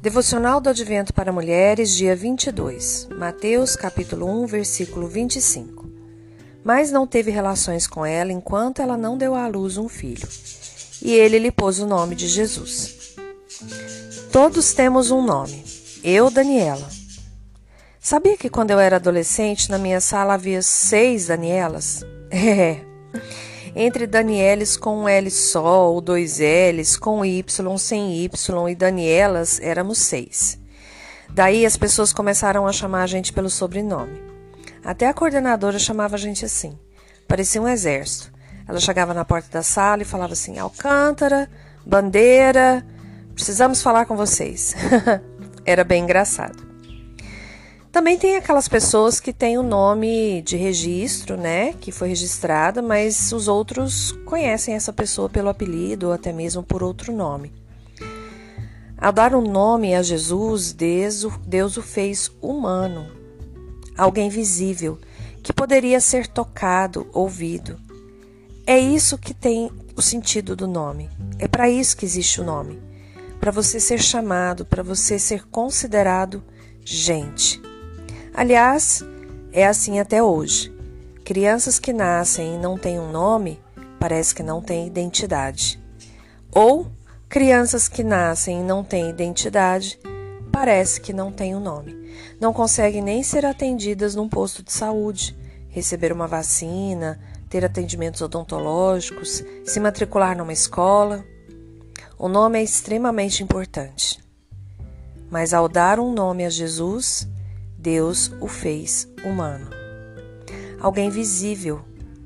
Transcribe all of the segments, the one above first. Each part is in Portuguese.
Devocional do Advento para Mulheres, dia 22, Mateus, capítulo 1, versículo 25. Mas não teve relações com ela enquanto ela não deu à luz um filho, e ele lhe pôs o nome de Jesus. Todos temos um nome. Eu, Daniela. Sabia que quando eu era adolescente, na minha sala havia 6 Danielas? Entre Danieles com um L só, ou 2 L's, com Y, sem Y e Danielas, éramos 6. Daí as pessoas começaram a chamar a gente pelo sobrenome. Até a coordenadora chamava a gente assim. Parecia um exército. Ela chegava na porta da sala e falava assim: Alcântara, Bandeira, precisamos falar com vocês. Era bem engraçado. Também tem aquelas pessoas que têm o nome de registro, né, que foi registrada, mas os outros conhecem essa pessoa pelo apelido ou até mesmo por outro nome. Ao dar um nome a Jesus, Deus o fez humano, alguém visível, que poderia ser tocado, ouvido. É isso que tem o sentido do nome. É para isso que existe o nome. Para você ser chamado, para você ser considerado gente. Aliás, é assim até hoje. Crianças que nascem e não têm um nome, parece que não têm identidade. Ou crianças que nascem e não têm identidade, parece que não têm um nome. Não conseguem nem ser atendidas num posto de saúde, receber uma vacina, ter atendimentos odontológicos, se matricular numa escola. O nome é extremamente importante. Mas ao dar um nome a Jesus, Deus o fez humano. Alguém visível,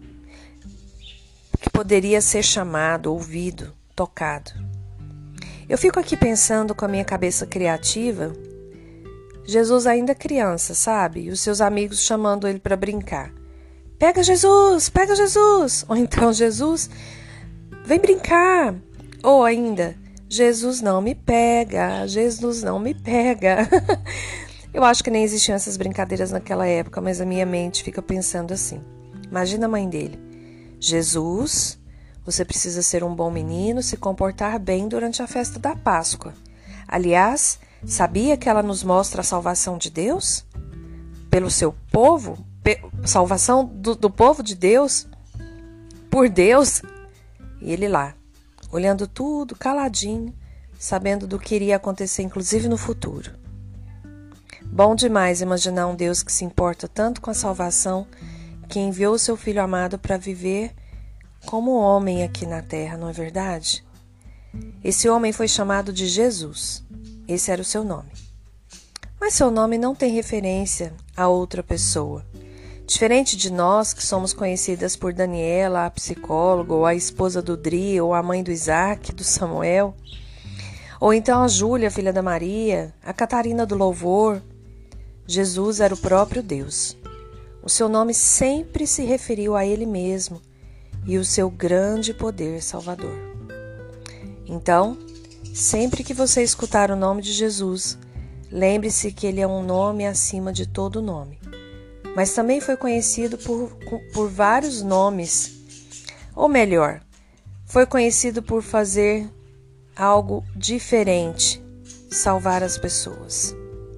que poderia ser chamado, ouvido, tocado. Eu fico aqui pensando com a minha cabeça criativa, Jesus ainda criança, sabe? E os seus amigos chamando ele para brincar. Pega Jesus! Pega Jesus! Ou então, Jesus, vem brincar! Ou ainda, Jesus não me pega! Jesus não me pega! Eu acho que nem existiam essas brincadeiras naquela época, mas a minha mente fica pensando assim. Imagina a mãe dele. Jesus, você precisa ser um bom menino, se comportar bem durante a festa da Páscoa. Aliás, sabia que ela nos mostra a salvação de Deus? Pelo seu povo? Salvação do povo de Deus? Por Deus? E ele lá, olhando tudo caladinho, sabendo do que iria acontecer, inclusive no futuro. Bom demais imaginar um Deus que se importa tanto com a salvação, que enviou o seu Filho amado para viver como homem aqui na terra, não é verdade? Esse homem foi chamado de Jesus. Esse era o seu nome. Mas seu nome não tem referência a outra pessoa. Diferente de nós, que somos conhecidas por Daniela, a psicóloga, ou a esposa do Dri, ou a mãe do Isaac, do Samuel, ou então a Júlia, filha da Maria, a Catarina do Louvor. Jesus era o próprio Deus. O seu nome sempre se referiu a ele mesmo e o seu grande poder salvador. Então, sempre que você escutar o nome de Jesus, lembre-se que ele é um nome acima de todo nome. Mas também foi conhecido por vários nomes, ou melhor, foi conhecido por fazer algo diferente, salvar as pessoas.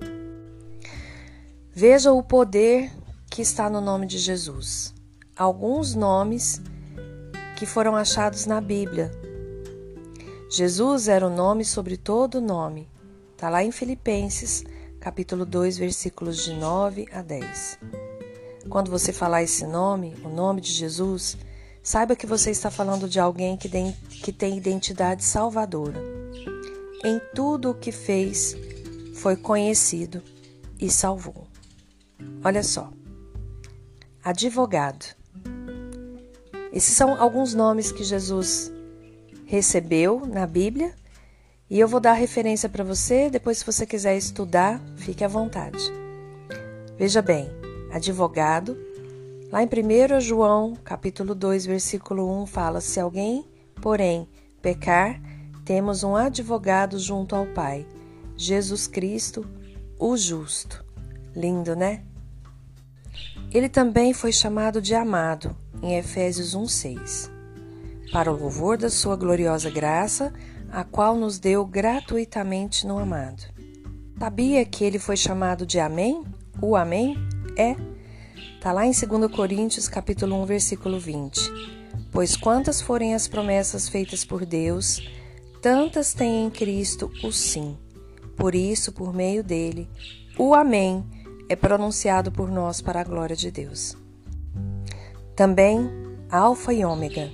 Veja o poder que está no nome de Jesus. Alguns nomes que foram achados na Bíblia. Jesus era o nome sobre todo nome. Está lá em Filipenses, capítulo 2, versículos de 9 a 10. Quando você falar esse nome, o nome de Jesus, saiba que você está falando de alguém que tem identidade salvadora. Em tudo o que fez, foi conhecido e salvou. Olha só, advogado. Esses são alguns nomes que Jesus recebeu na Bíblia e eu vou dar referência para você, depois se você quiser estudar, fique à vontade. Veja bem, advogado, lá em 1 João, capítulo 2, versículo 1, fala: se alguém, porém, pecar, temos um advogado junto ao Pai, Jesus Cristo, o justo. Lindo, né? Ele também foi chamado de amado, em Efésios 1:6, para o louvor da sua gloriosa graça, a qual nos deu gratuitamente no amado. Sabia que ele foi chamado de Amém? O Amém? Está lá em 2 Coríntios, capítulo 1, versículo 20. Pois quantas forem as promessas feitas por Deus, tantas tem em Cristo o sim. Por isso, por meio dele, o Amém é pronunciado por nós para a glória de Deus. Também, Alfa e Ômega.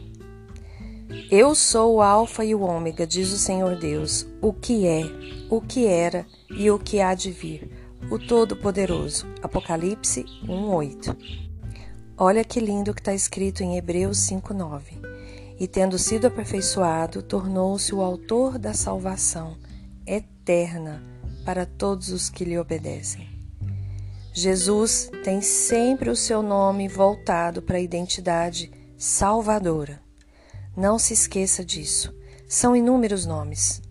Eu sou o Alfa e o Ômega, diz o Senhor Deus, o que é, o que era e o que há de vir, o Todo-Poderoso. Apocalipse 1:8. Olha que lindo que está escrito em Hebreus 5:9. E tendo sido aperfeiçoado, tornou-se o autor da salvação eterna para todos os que lhe obedecem. Jesus tem sempre o seu nome voltado para a identidade salvadora. Não se esqueça disso. São inúmeros nomes.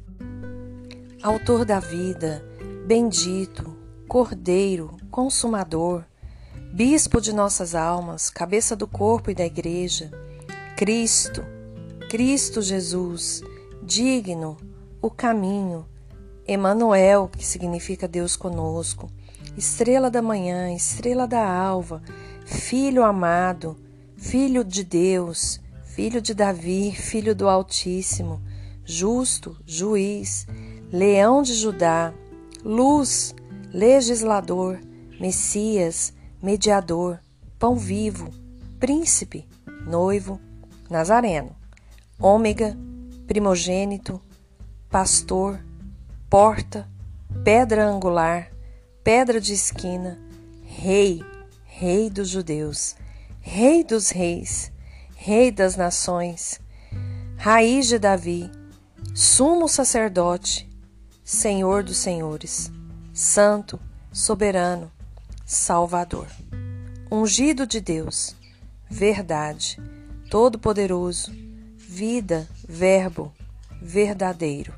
Autor da vida, bendito, Cordeiro, Consumador, Bispo de nossas almas, cabeça do corpo e da igreja, Cristo, Cristo Jesus, digno, o caminho, Emanuel, que significa Deus conosco, estrela da manhã, estrela da alva, Filho amado, Filho de Deus, Filho de Davi, Filho do Altíssimo, justo, juiz, Leão de Judá, luz, legislador, Messias, mediador, pão vivo, príncipe, noivo, Nazareno, Ômega, primogênito, pastor, porta, pedra angular, pedra de esquina, rei, rei dos judeus, rei dos reis, rei das nações, raiz de Davi, sumo sacerdote, Senhor dos senhores, santo, soberano, Salvador, ungido de Deus, verdade, todo-poderoso, vida, verbo, verdadeiro.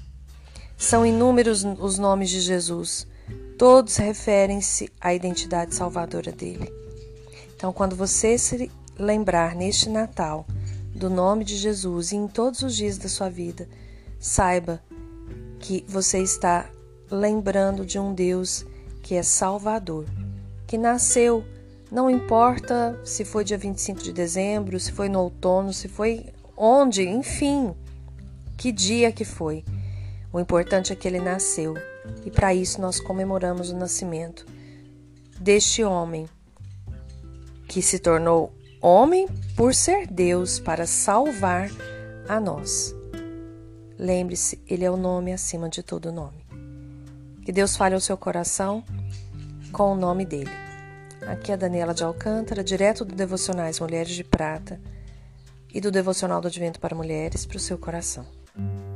São inúmeros os nomes de Jesus, todos referem-se à identidade salvadora dele. Então, quando você se lembrar neste Natal do nome de Jesus e em todos os dias da sua vida, saiba que você está lembrando de um Deus que é Salvador, que nasceu, não importa se foi dia 25 de dezembro, se foi no outono, se foi onde, enfim, que dia que foi. O importante é que ele nasceu e para isso nós comemoramos o nascimento deste homem que se tornou homem por ser Deus para salvar a nós. Lembre-se, ele é o nome acima de todo nome. Que Deus fale ao seu coração com o nome dele. Aqui é a Daniela de Alcântara, direto do Devocionais Mulheres de Prata e do Devocional do Advento para Mulheres para o seu coração.